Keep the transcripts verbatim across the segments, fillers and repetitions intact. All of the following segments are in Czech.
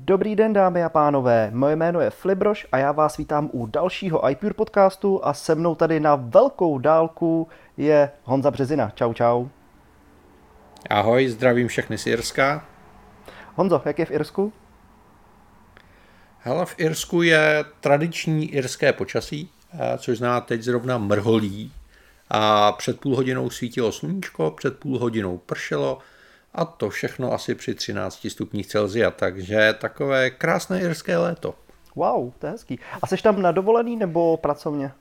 Dobrý den, dámy a pánové, moje jméno je Flibroš a já vás vítám u dalšího iPure podcastu a se mnou tady na velkou dálku je Honza Březina. Čau, čau. Ahoj, zdravím všechny z Irska. Honzo, jak je v Irsku? Hele, v Irsku je tradiční irské počasí, což zná teď zrovna mrholí. A před půl hodinou svítilo sluníčko, před půl hodinou pršelo a to všechno asi při třinácti stupních Celsia, takže takové krásné irské léto. Wow, to je hezký. A jsi tam na dovolený nebo pracovně?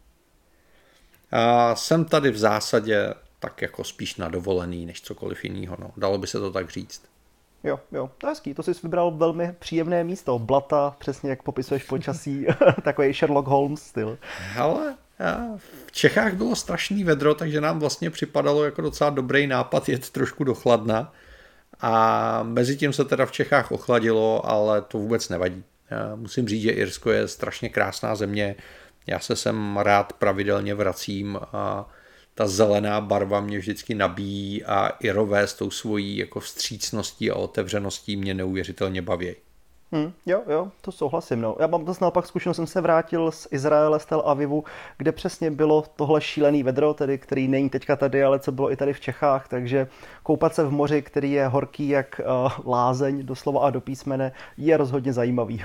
A jsem tady v zásadě tak jako spíš na dovolený, než cokoliv jiného, no. Dalo by se to tak říct. Jo, jo, to je hezký, to jsi vybral velmi příjemné místo, blata, přesně jak popisuješ počasí, takový Sherlock Holmes styl. Hele, v Čechách bylo strašný vedro, takže nám vlastně připadalo jako docela dobrý nápad jet trošku do chladna a mezi tím se teda v Čechách ochladilo, ale to vůbec nevadí. Já musím říct, že Irsko je strašně krásná země, já se sem rád pravidelně vracím a ta zelená barva mě vždycky nabíjí a Irové s tou svojí jako vstřícností a otevřeností mě neuvěřitelně baví. Hmm, jo, jo, to souhlasím. No. Já mám zase naopak zkušenost, jsem se vrátil z Izraele, z Tel Avivu, kde přesně bylo tohle šílený vedro, tedy, který není teďka tady, ale co bylo i tady v Čechách, takže koupat se v moři, který je horký jak uh, lázeň, doslova a do písmene, je rozhodně zajímavý.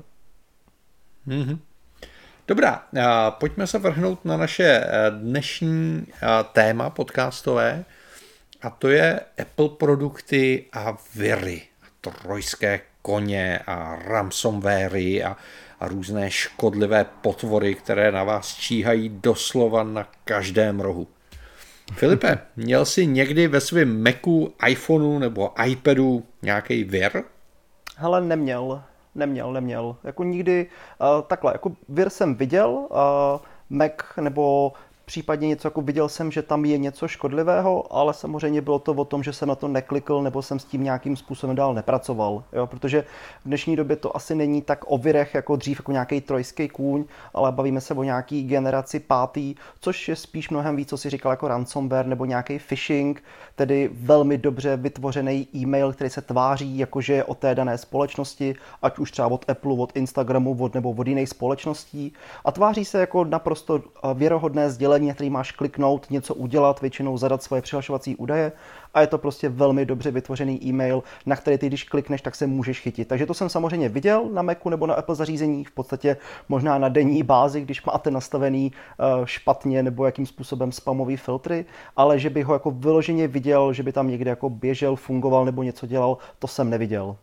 mm-hmm. Dobrá, pojďme se vrhnout na naše dnešní téma podcastové a to je Apple produkty a viry, trojské koně a ransomwary a, a různé škodlivé potvory, které na vás číhají doslova na každém rohu. Filipe, měl jsi někdy ve svém Macu, iPhoneu nebo iPadu nějaký vir? Hele, neměl. Neměl, neměl. Jako nikdy uh, takhle, jako vir jsem viděl, uh, Mac nebo případně něco, jako viděl jsem, že tam je něco škodlivého, ale samozřejmě bylo to o tom, že jsem na to neklikl nebo jsem s tím nějakým způsobem dál nepracoval, jo? Protože v dnešní době to asi není tak o virech jako dřív, jako nějaký trojský kůň, ale bavíme se o nějaký generaci pátý, což je spíš mnohem víc, co si říkal, jako ransomware nebo nějaký phishing, tedy velmi dobře vytvořený e-mail, který se tváří jakože je od té dané společnosti, ať už třeba od Apple, od Instagramu, od, nebo od jiných společností a tváří se jako naprosto věrohodné sdělení, na který máš kliknout, něco udělat, většinou zadat svoje přihlašovací údaje a je to prostě velmi dobře vytvořený e-mail, na který ty, když klikneš, tak se můžeš chytit. Takže to jsem samozřejmě viděl na Macu nebo na Apple zařízení, v podstatě možná na denní bázi, když máte nastavený špatně nebo jakým způsobem spamový filtry, ale že bych ho jako vyloženě viděl, že by tam někde jako běžel, fungoval nebo něco dělal, to jsem neviděl.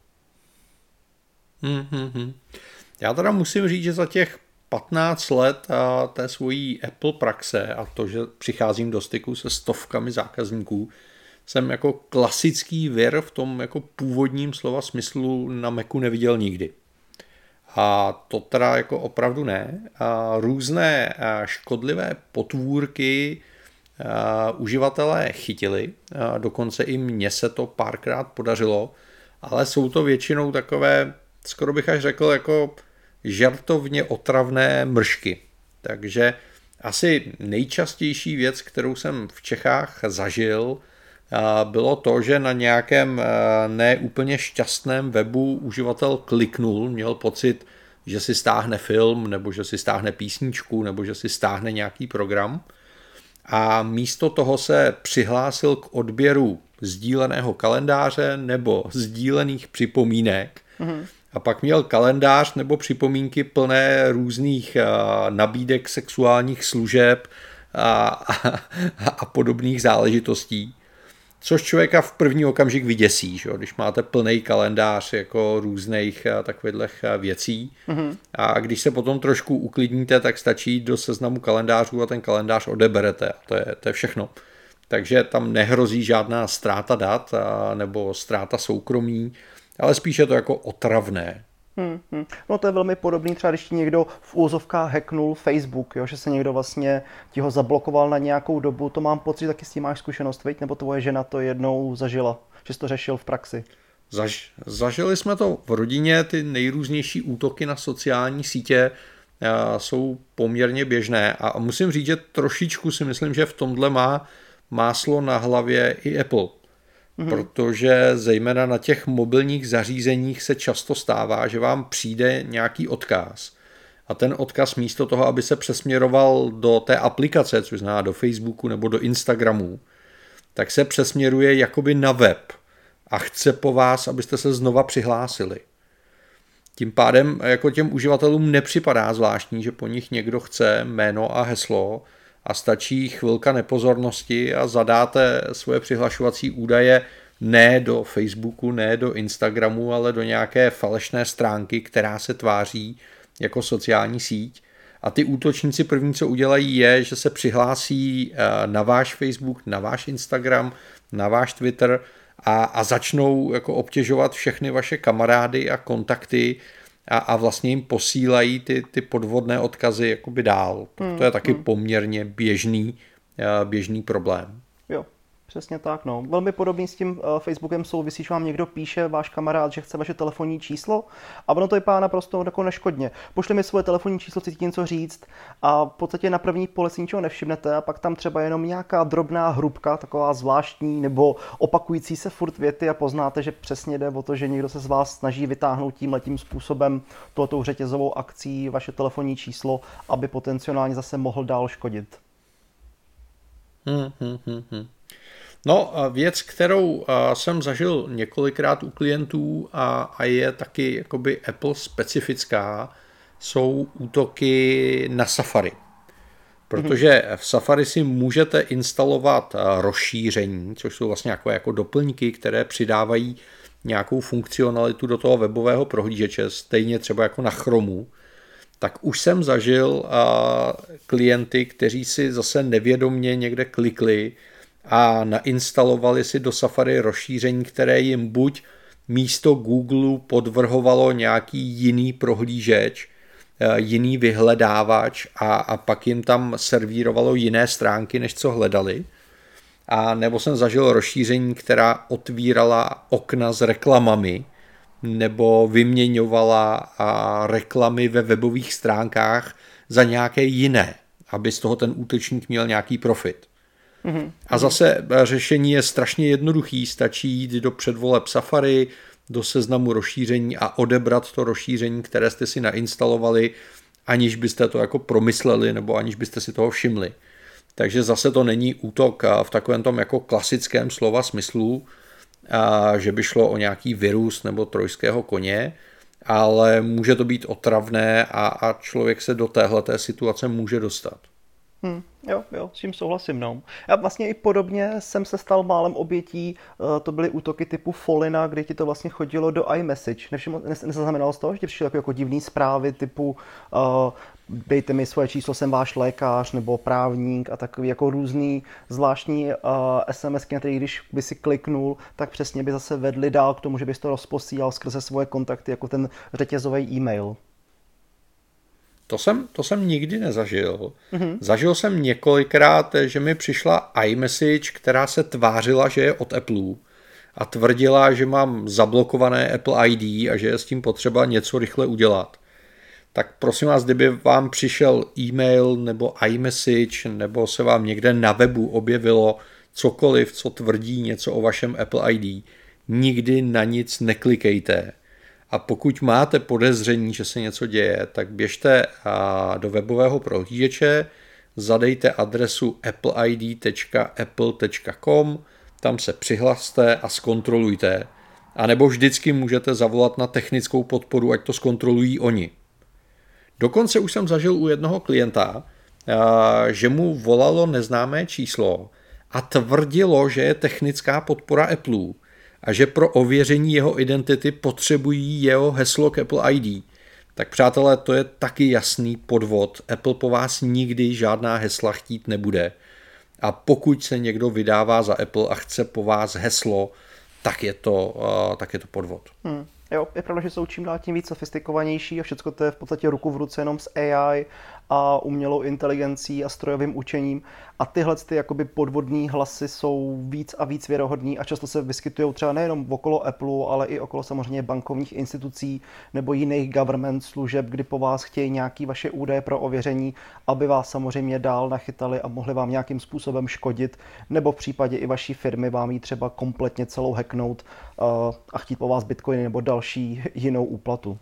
Mm-hmm. Já teda musím říct, že za těch patnáct let a té svojí Apple praxe a to, že přicházím do styku se stovkami zákazníků, jsem jako klasický vir v tom jako původním slova smyslu na Macu neviděl nikdy. A to teda jako opravdu ne. A různé škodlivé potvůrky uživatelé chytili, a dokonce i mně se to párkrát podařilo, ale jsou to většinou takové, skoro bych až řekl, jako žartovně otravné mršky. Takže asi nejčastější věc, kterou jsem v Čechách zažil, bylo to, že na nějakém neúplně šťastném webu uživatel kliknul, měl pocit, že si stáhne film, nebo že si stáhne písničku, nebo že si stáhne nějaký program. A místo toho se přihlásil k odběru sdíleného kalendáře nebo sdílených připomínek. Mm-hmm. A pak měl kalendář nebo připomínky plné různých nabídek sexuálních služeb a, a, a podobných záležitostí. Což člověka v první okamžik vyděsí, že? Když máte plný kalendář jako různých takových věcí. Mm-hmm. A když se potom trošku uklidníte, tak stačí jít do seznamu kalendářů a ten kalendář odeberete. A to je, to je všechno. Takže tam nehrozí žádná ztráta dat a, nebo ztráta soukromí, ale spíš je to jako otravné. Hmm, hmm. No to je velmi podobný, třeba když ti někdo v úvozovkách hacknul Facebook, jo, že se někdo vlastně ti ho zablokoval na nějakou dobu, to mám pocit, taky s tím máš zkušenost, viď? Nebo tvoje žena to jednou zažila, že jsi to řešil v praxi. Zaž, zažili jsme to v rodině, ty nejrůznější útoky na sociální sítě a, jsou poměrně běžné a musím říct, že trošičku si myslím, že v tomhle má máslo na hlavě i Apple. Mm-hmm. Protože zejména na těch mobilních zařízeních se často stává, že vám přijde nějaký odkaz a ten odkaz místo toho, aby se přesměroval do té aplikace, což znamená do Facebooku nebo do Instagramu, tak se přesměruje jakoby na web a chce po vás, abyste se znova přihlásili. Tím pádem jako těm uživatelům nepřipadá zvláštní, že po nich někdo chce jméno a heslo a stačí chvilka nepozornosti a zadáte svoje přihlašovací údaje ne do Facebooku, ne do Instagramu, ale do nějaké falešné stránky, která se tváří jako sociální síť. A ty útočníci první, co udělají, je, že se přihlásí na váš Facebook, na váš Instagram, na váš Twitter a, a začnou jako obtěžovat všechny vaše kamarády a kontakty a, a vlastně jim posílají ty, ty podvodné odkazy jakoby dál. Hmm, to je taky hmm. poměrně běžný, běžný problém. Jo. Přesně tak, no. Velmi podobný s tím uh, Facebookem souvisí, že vám někdo píše, váš kamarád, že chce vaše telefonní číslo a ono to vypadá naprosto jako neškodně. Pošli mi svoje telefonní číslo, chci ti něco říct a v podstatě na první pohled si ničeho nevšimnete a pak tam třeba jenom nějaká drobná hrubka, taková zvláštní nebo opakující se furt věty a poznáte, že přesně jde o to, že někdo se z vás snaží vytáhnout tímhletím způsobem tohoto řetězovou akcí vaše telefonní číslo, aby potenciálně zase mohl dál škodit. Hmm, hmm, hmm, hmm. No, věc, kterou jsem zažil několikrát u klientů a, a je taky jakoby Apple specifická, jsou útoky na Safari. Protože v Safari si můžete instalovat rozšíření, což jsou vlastně jako, jako doplňky, které přidávají nějakou funkcionalitu do toho webového prohlížeče, stejně třeba jako na Chromu. Tak už jsem zažil klienty, kteří si zase nevědomně někde klikli a nainstalovali si do Safari rozšíření, které jim buď místo Google podvrhovalo nějaký jiný prohlížeč, jiný vyhledávač a, a pak jim tam servírovalo jiné stránky, než co hledali. A nebo jsem zažil rozšíření, která otvírala okna s reklamami nebo vyměňovala reklamy ve webových stránkách za nějaké jiné, aby z toho ten útočník měl nějaký profit. Mm-hmm. A zase řešení je strašně jednoduchý, stačí jít do předvoleb Safari, do seznamu rozšíření a odebrat to rozšíření, které jste si nainstalovali, aniž byste to jako promysleli nebo aniž byste si toho všimli. Takže zase to není útok v takovém tom jako klasickém slova smyslu, že by šlo o nějaký virus nebo trojského koně, ale může to být otravné a, a člověk se do téhleté situace může dostat. Hmm, jo, jo, s tím souhlasím, no. Já vlastně i podobně jsem se stal málem obětí, to byly útoky typu Folina, kdy ti to vlastně chodilo do iMessage. Nevšiml, nezaznamenalo z toho, že ti přišly jako, jako divný zprávy typu uh, dejte mi svoje číslo, jsem váš lékař nebo právník a takový jako různý zvláštní uh, SMSky, na který když by si kliknul, tak přesně by zase vedli dál k tomu, že bys to rozposílal skrze svoje kontakty jako ten řetězový e-mail. To jsem, to jsem nikdy nezažil. Mm-hmm. Zažil jsem několikrát, že mi přišla iMessage, která se tvářila, že je od Apple a tvrdila, že mám zablokované Apple I D a že je s tím potřeba něco rychle udělat. Tak prosím vás, kdyby vám přišel e-mail nebo iMessage nebo se vám někde na webu objevilo cokoliv, co tvrdí něco o vašem Apple I D, nikdy na nic neklikejte. A pokud máte podezření, že se něco děje, tak běžte do webového prohlížeče, zadejte adresu apple i d tečka apple tečka com, tam se přihlaste a zkontrolujte. A nebo vždycky můžete zavolat na technickou podporu, ať to zkontrolují oni. Dokonce už jsem zažil u jednoho klienta, že mu volalo neznámé číslo a tvrdilo, že je technická podpora Apple a že pro ověření jeho identity potřebují jeho heslo k Apple I D. Tak přátelé, to je taky jasný podvod. Apple po vás nikdy žádná hesla chtít nebude. A pokud se někdo vydává za Apple a chce po vás heslo, tak je to, uh, tak je to podvod. Hmm. Jo, je pravda, že jsou čím dál tím víc sofistikovanější a všechno to je v podstatě ruku v ruce jenom s A I a umělou inteligencí a strojovým učením a tyhle ty jakoby podvodní hlasy jsou víc a víc věrohodný a často se vyskytují třeba nejenom okolo Apple, ale i okolo samozřejmě bankovních institucí nebo jiných government služeb, kdy po vás chtějí nějaký vaše údaje pro ověření, aby vás samozřejmě dál nachytali a mohli vám nějakým způsobem škodit, nebo v případě i vaší firmy vám ji třeba kompletně celou hacknout a chtít po vás bitcoiny nebo další jinou úplatu.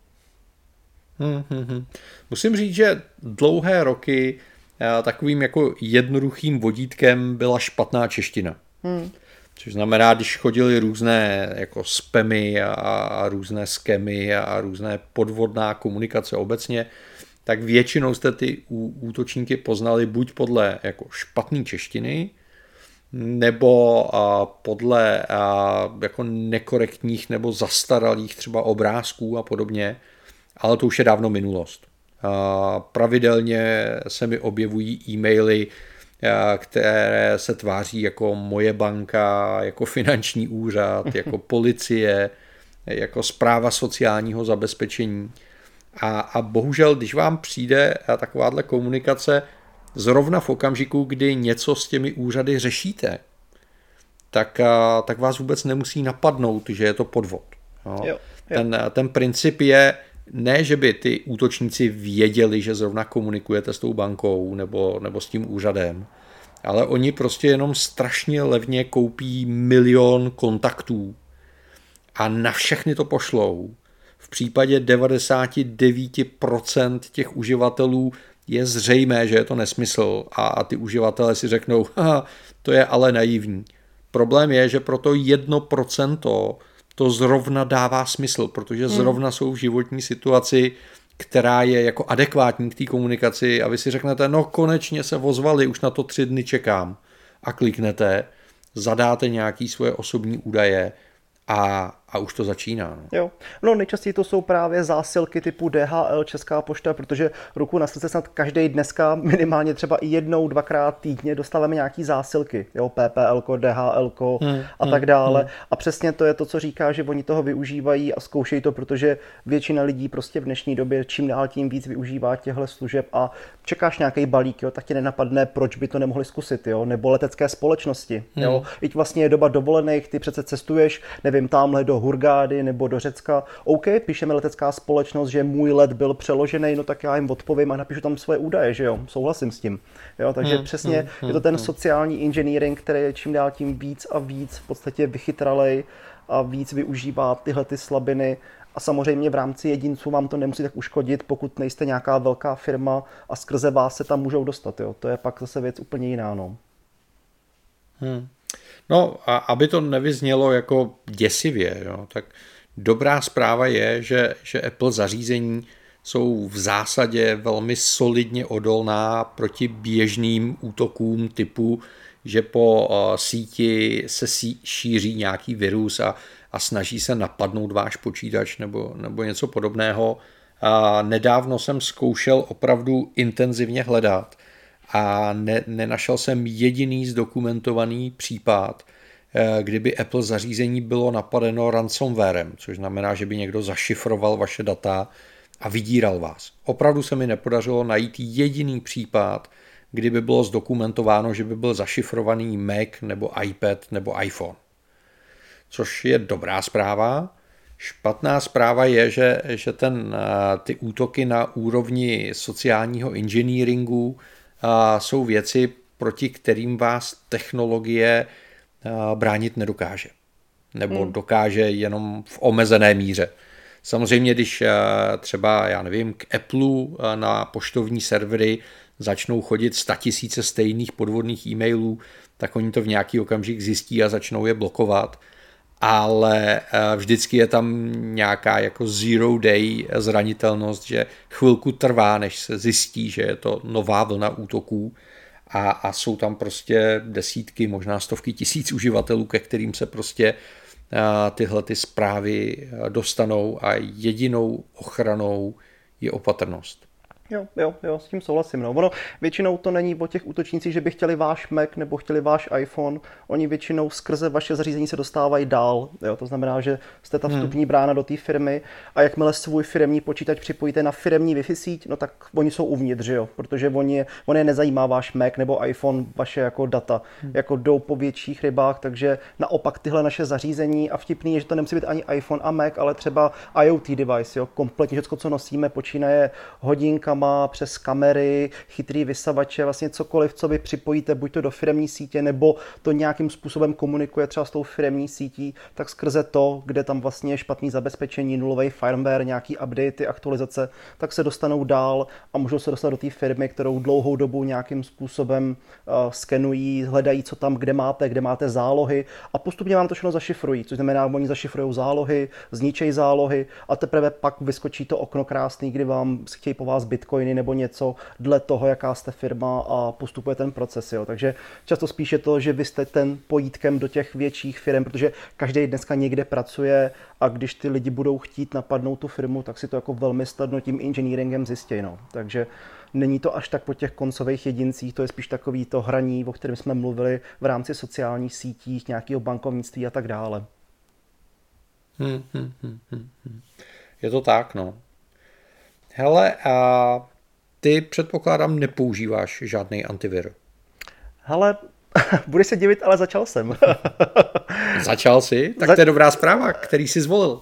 Hmm, hmm, hmm. Musím říct, že dlouhé roky takovým jako jednoduchým vodítkem byla špatná čeština. Hmm. Což znamená, když chodily různé jako spamy a, a různé skemy a různé podvodná komunikace obecně, tak většinou jste ty útočníky poznali buď podle jako špatné češtiny, nebo a, podle a, jako nekorektních nebo zastaralých třeba obrázků a podobně, ale to už je dávno minulost. A, pravidelně se mi objevují e-maily, a, které se tváří jako moje banka, jako finanční úřad, jako policie, jako správa sociálního zabezpečení. A, a bohužel, když vám přijde takováhle komunikace zrovna v okamžiku, kdy něco s těmi úřady řešíte, tak, a, tak vás vůbec nemusí napadnout, že je to podvod. Jo? Jo, jo. Ten, ten princip je, ne, že by ty útočníci věděli, že zrovna komunikujete s tou bankou nebo, nebo s tím úřadem, ale oni prostě jenom strašně levně koupí milion kontaktů a na všechny to pošlou. V případě devadesát devět procent těch uživatelů je zřejmé, že je to nesmysl a, a ty uživatelé si řeknou, haha, to je ale naivní. Problém je, že pro to jedno procento to zrovna dává smysl, protože zrovna jsou v životní situaci, která je jako adekvátní k té komunikaci a vy si řeknete, no konečně se ozvali, už na to tři dny čekám a kliknete, zadáte nějaký svoje osobní údaje a, a už to začíná. No. Jo. No nejčastěji to jsou právě zásilky typu D H L, Česká pošta, protože ruku na srdce snad každý dneska minimálně třeba i jednou, dvakrát týdně dostáváme nějaký zásilky, jo, P P L, D H L hmm, a tak dále. Hmm. A přesně to je to, co říká, že oni toho využívají a zkoušejí to, protože většina lidí prostě v dnešní době čím dál tím víc využívá těchto služeb a čekáš nějaký balík, jo, tak ti nenapadne, proč by to nemohli zkusit, jo, nebo letecké společnosti, jo. Hmm. Teď vlastně je doba dovolených, ty přece cestuješ, nevím, tamhle do Hurgády nebo do Řecka. OK, píšeme letecká společnost, že můj let byl přeložený, no tak já jim odpovím a napíšu tam svoje údaje, že jo, souhlasím s tím. Jo, takže hmm, přesně hmm, je to ten hmm. sociální engineering, který je čím dál tím víc a víc v podstatě vychytralej a víc využívá tyhle ty slabiny. A samozřejmě v rámci jedinců vám to nemusí tak uškodit, pokud nejste nějaká velká firma a skrze vás se tam můžou dostat. Jo. To je pak zase věc úplně jiná. No, hmm. no a aby to nevyznělo jako děsivě, jo, tak dobrá zpráva je, že, že Apple zařízení jsou v zásadě velmi solidně odolná proti běžným útokům typu, že po uh, síti se sí, šíří nějaký virus a, a snaží se napadnout váš počítač nebo, nebo něco podobného. A nedávno jsem zkoušel opravdu intenzivně hledat a ne, nenašel jsem jediný zdokumentovaný případ, kdyby Apple zařízení bylo napadeno ransomwarem, což znamená, že by někdo zašifroval vaše data a vydíral vás. Opravdu se mi nepodařilo najít jediný případ, kdyby bylo zdokumentováno, že by byl zašifrovaný Mac nebo iPad nebo iPhone. Což je dobrá zpráva. Špatná zpráva je, že, že ten, ty útoky na úrovni sociálního engineeringu jsou věci, proti kterým vás technologie bránit nedokáže. Nebo hmm. dokáže jenom v omezené míře. Samozřejmě, když třeba, já nevím, k Apple na poštovní servery začnou chodit statisíce stejných podvodných e-mailů, tak oni to v nějaký okamžik zjistí a začnou je blokovat. Ale vždycky je tam nějaká jako zero day zranitelnost, že chvilku trvá, než se zjistí, že je to nová vlna útoků a, a jsou tam prostě desítky, možná stovky tisíc uživatelů, ke kterým se prostě tyhle ty zprávy dostanou a jedinou ochranou je opatrnost. Jo, jo, jo, s tím souhlasím. No. Ono většinou to není o těch útočnících, že by chtěli váš Mac nebo chtěli váš iPhone. Oni většinou skrze vaše zařízení se dostávají dál. Jo. To znamená, že jste ta vstupní brána do té firmy a jakmile svůj firemní počítač připojíte na firemní Wi-Fi síť, no tak oni jsou uvnitř, jo. Protože oni, on je nezajímá váš Mac nebo iPhone, vaše jako data. Hmm. Jako jdou po větších rybách, takže naopak tyhle naše zařízení a vtipný je, že to nemusí být ani iPhone a Mac, ale třeba IoT device, jo. Kompletně všechno, co nosíme, počínaje hodinka má přes kamery, chytrý vysavače, vlastně cokoliv, co vy připojíte buď to do firemní sítě, nebo to nějakým způsobem komunikuje třeba s tou firemní sítí, tak skrze to, kde tam vlastně je špatný zabezpečení, nulový firmware, nějaký updaty, aktualizace, tak se dostanou dál a můžou se dostat do té firmy, kterou dlouhou dobu nějakým způsobem uh, skenují, hledají, co tam, kde máte, kde máte zálohy a postupně vám to všechno zašifrují, což znamená, oni zašifrují zálohy, zničejí zálohy a teprve pak vyskočí to okno krásný, kdy vám chtějí po vás bitcoiny nebo něco dle toho, jaká jste firma a postupuje ten proces. Jo. Takže často spíš je to, že vy jste ten pojítkem do těch větších firm, protože každý dneska někde pracuje a když ty lidi budou chtít napadnout tu firmu, tak si to jako velmi snadno tím engineeringem zjistějí. No. Takže není to až tak po těch koncových jedincích, to je spíš takový to hraní, o kterém jsme mluvili v rámci sociálních sítí, nějakého bankovnictví a tak dále. Hmm, hmm, hmm, hmm. Je to tak, no. Hele, a ty předpokládám nepoužíváš žádný antivir. Hele, budeš se divit, ale začal jsem. Začal jsi? Tak Za... to je dobrá zpráva, který jsi zvolil.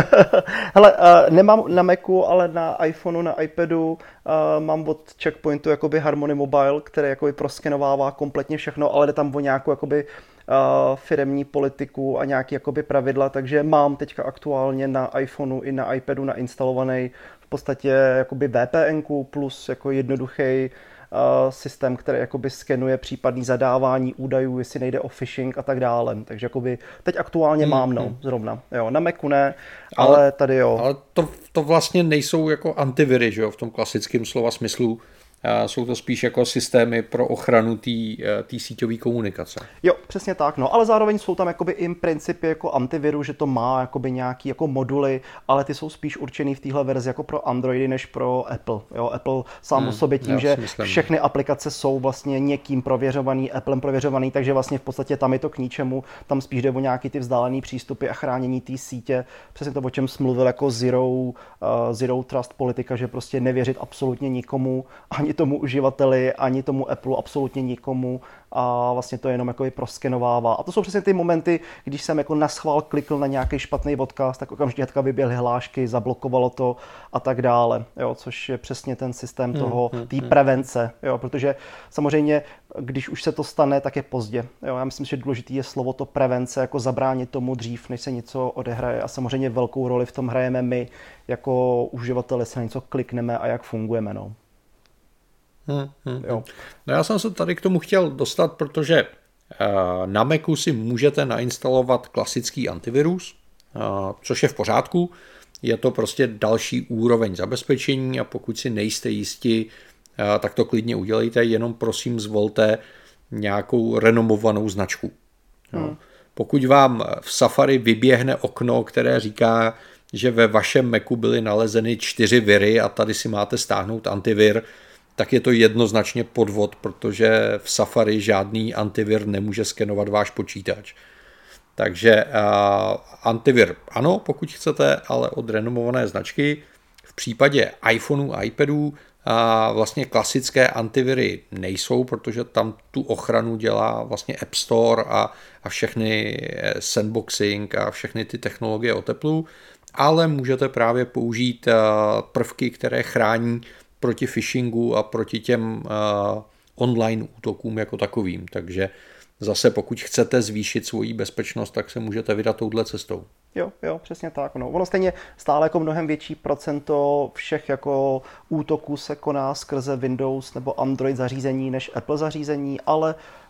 Hele, uh, nemám na Macu, ale na iPhoneu, na iPadu uh, mám od Checkpointu jakoby Harmony Mobile, který jakoby proskenovává kompletně všechno, ale jde tam o nějakou jakoby uh, firemní politiku a nějaký jakoby pravidla, takže mám teďka aktuálně na iPhoneu i na iPadu nainstalovaný v podstatě jakoby V P N ku plus jako jednoduchý Uh, systém, který jakoby skenuje případný zadávání údajů, jestli nejde o phishing a tak dále. Takže jakoby teď aktuálně hmm, mám, no, hmm. zrovna. Jo, na Macu ne, ale, ale tady jo. Ale to, to vlastně nejsou jako antiviry, že jo, v tom klasickém slova smyslu. Jsou to spíš jako systémy pro ochranu té síťové komunikace. Jo, přesně tak, no, ale zároveň jsou tam jakoby i principy jako antiviru, že to má jakoby nějaký jako moduly, ale ty jsou spíš určený v téhle verzi jako pro Androidy než pro Apple. Jo, Apple sám hmm, o sobě tím, že všechny aplikace jsou vlastně někým prověřovaný, Applem prověřovaný, takže vlastně v podstatě tam je to k ničemu, tam spíš jde o nějaký ty vzdálený přístupy a chránění té sítě. Přesně to, o čem jsi mluvil, jako zero, uh, zero trust politika, že prostě nevěřit absolutně nikomu, ani tomu uživateli, ani tomu Apple, absolutně nikomu a vlastně to jenom jako i proskenovává. A to jsou přesně ty momenty, když jsem jako naschvál klikl na nějaký špatný odkaz, tak okamžitě hnedka vyběhly hlášky, zablokovalo to a tak dále, jo, což je přesně ten systém toho, hmm, té prevence, jo, protože samozřejmě, když už se to stane, tak je pozdě. Jo, já myslím, že důležitý je slovo to prevence, jako zabránit tomu dřív, než se něco odehraje a samozřejmě velkou roli v tom hrajeme my, jako uživateli, se na něco klikneme a jak fungujeme, no. Hmm, hmm, jo. No já jsem se tady k tomu chtěl dostat, protože uh, na Macu si můžete nainstalovat klasický antivirus, uh, což je v pořádku. Je to prostě další úroveň zabezpečení a pokud si nejste jistí, uh, tak to klidně udělejte, jenom prosím zvolte nějakou renomovanou značku. Hmm. No. Pokud vám v Safari vyběhne okno, které říká, že ve vašem Macu byly nalezeny čtyři viry a tady si máte stáhnout antivir, tak je to jednoznačně podvod, protože v Safari žádný antivir nemůže skenovat váš počítač. Takže uh, antivir ano, pokud chcete, ale od renomované značky. V případě iPhoneu a iPadů uh, vlastně klasické antiviry nejsou, protože tam tu ochranu dělá vlastně App Store a, a všechny sandboxing a všechny ty technologie od Apple, ale můžete právě použít uh, prvky, které chrání proti phishingu a proti těm uh, online útokům jako takovým. Takže zase pokud chcete zvýšit svoji bezpečnost, tak se můžete vydat touhle cestou. Jo, jo, přesně tak. No. Ono stejně stále jako mnohem větší procento všech jako útoků se koná skrze Windows nebo Android zařízení než Apple zařízení, ale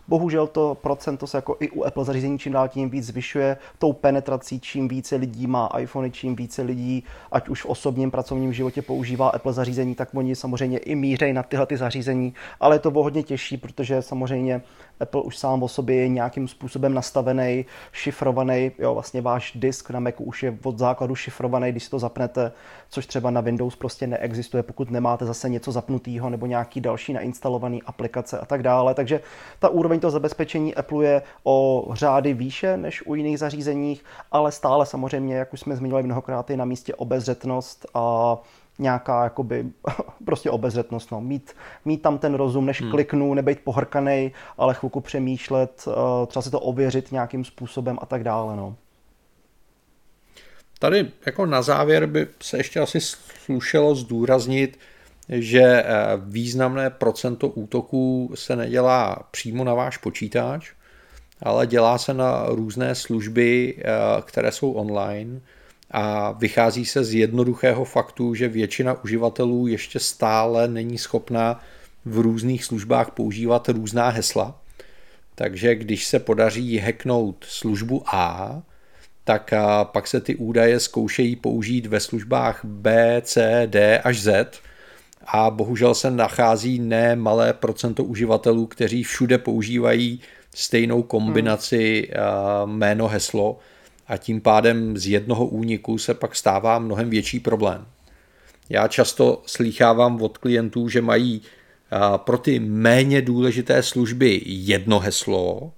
Bohužel to procento se jako i u Apple zařízení čím dál tím víc zvyšuje tou penetrací, čím více lidí má iPhony, čím více lidí, ať už v osobním pracovním životě používá Apple zařízení, tak oni samozřejmě i mířejí na tyhle ty zařízení, ale je to o hodně těžší, protože samozřejmě Apple už sám o sobě je nějakým způsobem nastavený, šifrovaný, jo, vlastně váš disk na Macu už je od základu šifrovaný, když si to zapnete, což třeba na Windows prostě neexistuje, pokud nemáte zase něco zapnutého nebo nějaký další nainstalovaný aplikace a tak dále. Takže ta úroveň toho zabezpečení Apple je o řády výše než u jiných zařízeních, ale stále samozřejmě, jak už jsme zmiňovali mnohokrát, je na místě obezřetnost a nějaká jakoby prostě obezřetnost, no. Mít, mít tam ten rozum, než hmm. kliknu, nebejt pohrkanej, ale chvilku přemýšlet, třeba si to ověřit nějakým způsobem a tak dále, no. Tady jako na závěr by se ještě asi slušelo zdůraznit, že významné procento útoků se nedělá přímo na váš počítač, ale dělá se na různé služby, které jsou online, a vychází se z jednoduchého faktu, že většina uživatelů ještě stále není schopna v různých službách používat různá hesla. Takže když se podaří hacknout službu A, tak pak se ty údaje zkoušejí použít ve službách B, C, D až Z a bohužel se nachází nemalé procento uživatelů, kteří všude používají stejnou kombinaci hmm. jméno, heslo, a tím pádem z jednoho úniku se pak stává mnohem větší problém. Já často slýchávám od klientů, že mají pro ty méně důležité služby jedno heslo,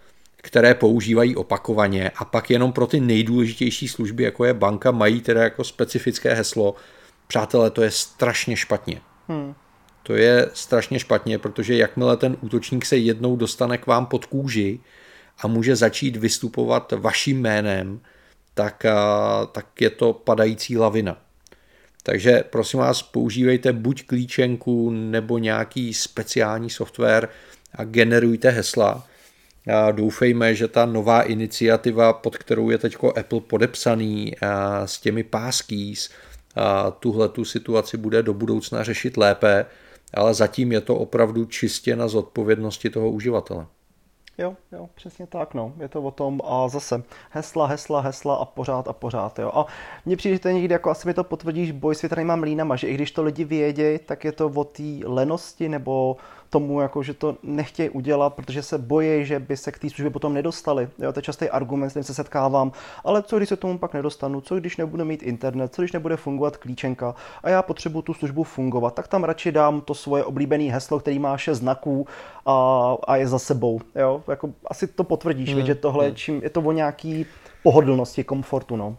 které používají opakovaně, a pak jenom pro ty nejdůležitější služby, jako je banka, mají teda jako specifické heslo. Přátelé, to je strašně špatně. Hmm. To je strašně špatně, protože jakmile ten útočník se jednou dostane k vám pod kůži a může začít vystupovat vaším jménem, tak, tak je to padající lavina. Takže prosím vás, používejte buď klíčenku nebo nějaký speciální software a generujte hesla. A doufejme, že ta nová iniciativa, pod kterou je teď Apple podepsaný s těmi passkeys, tuhle tu situaci bude do budoucna řešit lépe, ale zatím je to opravdu čistě na zodpovědnosti toho uživatele. Jo, jo, přesně tak, no. Je to o tom a zase hesla, hesla, hesla a pořád a pořád, jo. A mně přijde, že to někdy, jako asi mi to potvrdíš, boj s větrnýma mlýnama, že i když to lidi vědějí, tak je to o té lenosti nebo tomu, jako, že to nechtějí udělat, protože se bojí, že by se k té službě potom nedostali. Jo, to je častý argument, s kterým se setkávám, ale co když se tomu pak nedostanu, co když nebudu mít internet, co když nebude fungovat klíčenka a já potřebuji tu službu fungovat, tak tam radši dám to svoje oblíbené heslo, který má šest znaků a, a je za sebou. Jo, jako asi to potvrdíš, hmm. že tohle hmm. čím, je to o nějaký pohodlnosti, komfortu, no.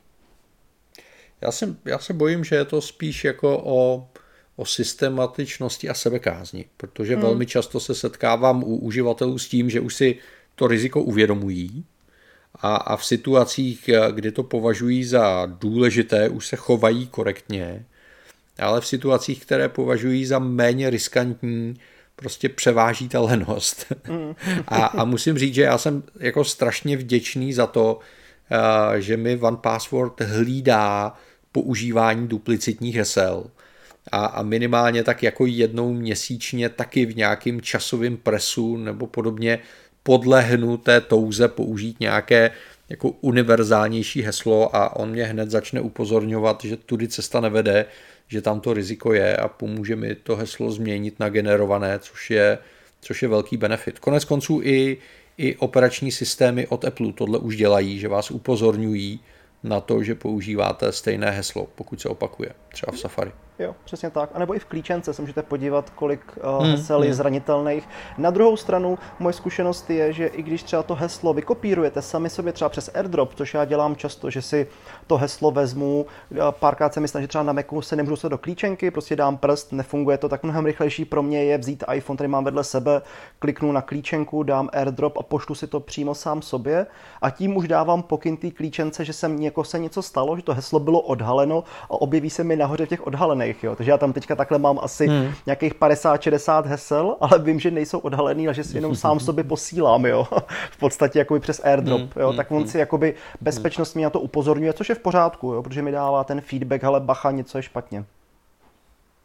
Já, si, já se bojím, že je to spíš jako o o systematičnosti a sebekázni, protože hmm. velmi často se setkávám u uživatelů s tím, že už si to riziko uvědomují a, a v situacích, kdy to považují za důležité, už se chovají korektně, ale v situacích, které považují za méně riskantní, prostě převáží ta lenost. Hmm. a, a musím říct, že já jsem jako strašně vděčný za to, že mi one password hlídá používání duplicitních hesel. A, a minimálně tak jako jednou měsíčně taky v nějakým časovém presu nebo podobně podlehnu té touze použít nějaké jako univerzálnější heslo a on mě hned začne upozorňovat, že tudy cesta nevede, že tam to riziko je a pomůže mi to heslo změnit na generované, což je, což je velký benefit. Konec konců i, i operační systémy od Apple tohle už dělají, že vás upozorňují na to, že používáte stejné heslo, pokud se opakuje, třeba v Safari. Jo, přesně tak. A nebo i v klíčence se můžete podívat, kolik uh, hesel hmm, je zranitelných. Na druhou stranu, moje zkušenost je, že i když třeba to heslo vykopírujete sami sobě třeba přes AirDrop, což já dělám často, že si to heslo vezmu, párkrát se mi snaží třeba na Macu se nemůžu dostat do klíčenky, prostě dám prst, nefunguje to, tak mnohem rychlejší pro mě je vzít iPhone, který mám vedle sebe, kliknu na klíčenku, dám AirDrop a pošlu si to přímo sám sobě a tím už dávám pokyn té klíčence, že jsem někoho se něco stalo, že to heslo bylo odhaleno a objeví se mi nahoře v těch odhalených. Jo. Takže já tam teďka takhle mám asi hmm. nějakých padesát šedesát hesel, ale vím, že nejsou odhalený, ale že si jenom sám sobě posílám, jo. V podstatě jakoby přes AirDrop, jo. Tak on si jakoby bezpečnost mě na to upozorňuje, což je v pořádku, jo, protože mi dává ten feedback, ale bacha, něco je špatně.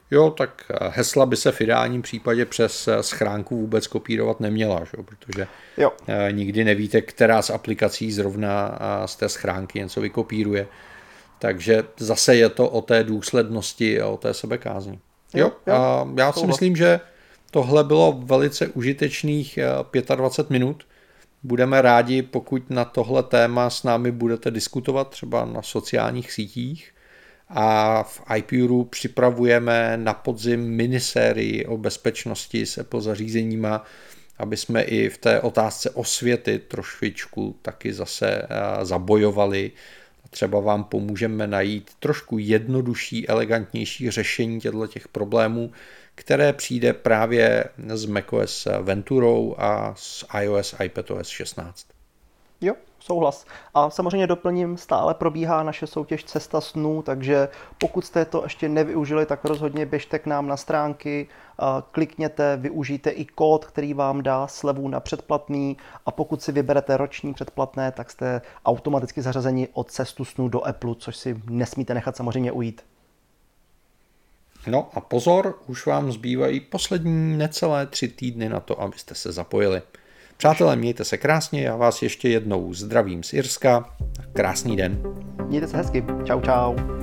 Jo, tak hesla by se v ideálním případě přes schránku vůbec kopírovat neměla, že? Protože jo. Nikdy nevíte, která z aplikací zrovna z té schránky něco vykopíruje. Takže zase je to o té důslednosti a o té sebekázni. Jo, jo, a já si myslím, že tohle bylo velice užitečných dvacet pět minut. Budeme rádi, pokud na tohle téma s námi budete diskutovat třeba na sociálních sítích. A v iPuru připravujeme na podzim minisérii o bezpečnosti s Apple zařízeníma, aby jsme i v té otázce osvěty trošičku taky zase zabojovali. Třeba vám pomůžeme najít trošku jednodušší, elegantnější řešení těchto problémů, které přijde právě s macOS Venturou a s iOS iPadOS šestnáct. Jo, souhlas. A samozřejmě doplním, stále probíhá naše soutěž Cesta snů, takže pokud jste to ještě nevyužili, tak rozhodně běžte k nám na stránky, klikněte, využijte i kód, který vám dá slevu na předplatný, a pokud si vyberete roční předplatné, tak jste automaticky zařazeni od Cestu snů do Apple, což si nesmíte nechat samozřejmě ujít. No a pozor, už vám zbývají poslední necelé tři týdny na to, abyste se zapojili. Přátelé, mějte se krásně, já vás ještě jednou zdravím z Irska. Krásný den. Mějte se hezky. Čau, čau.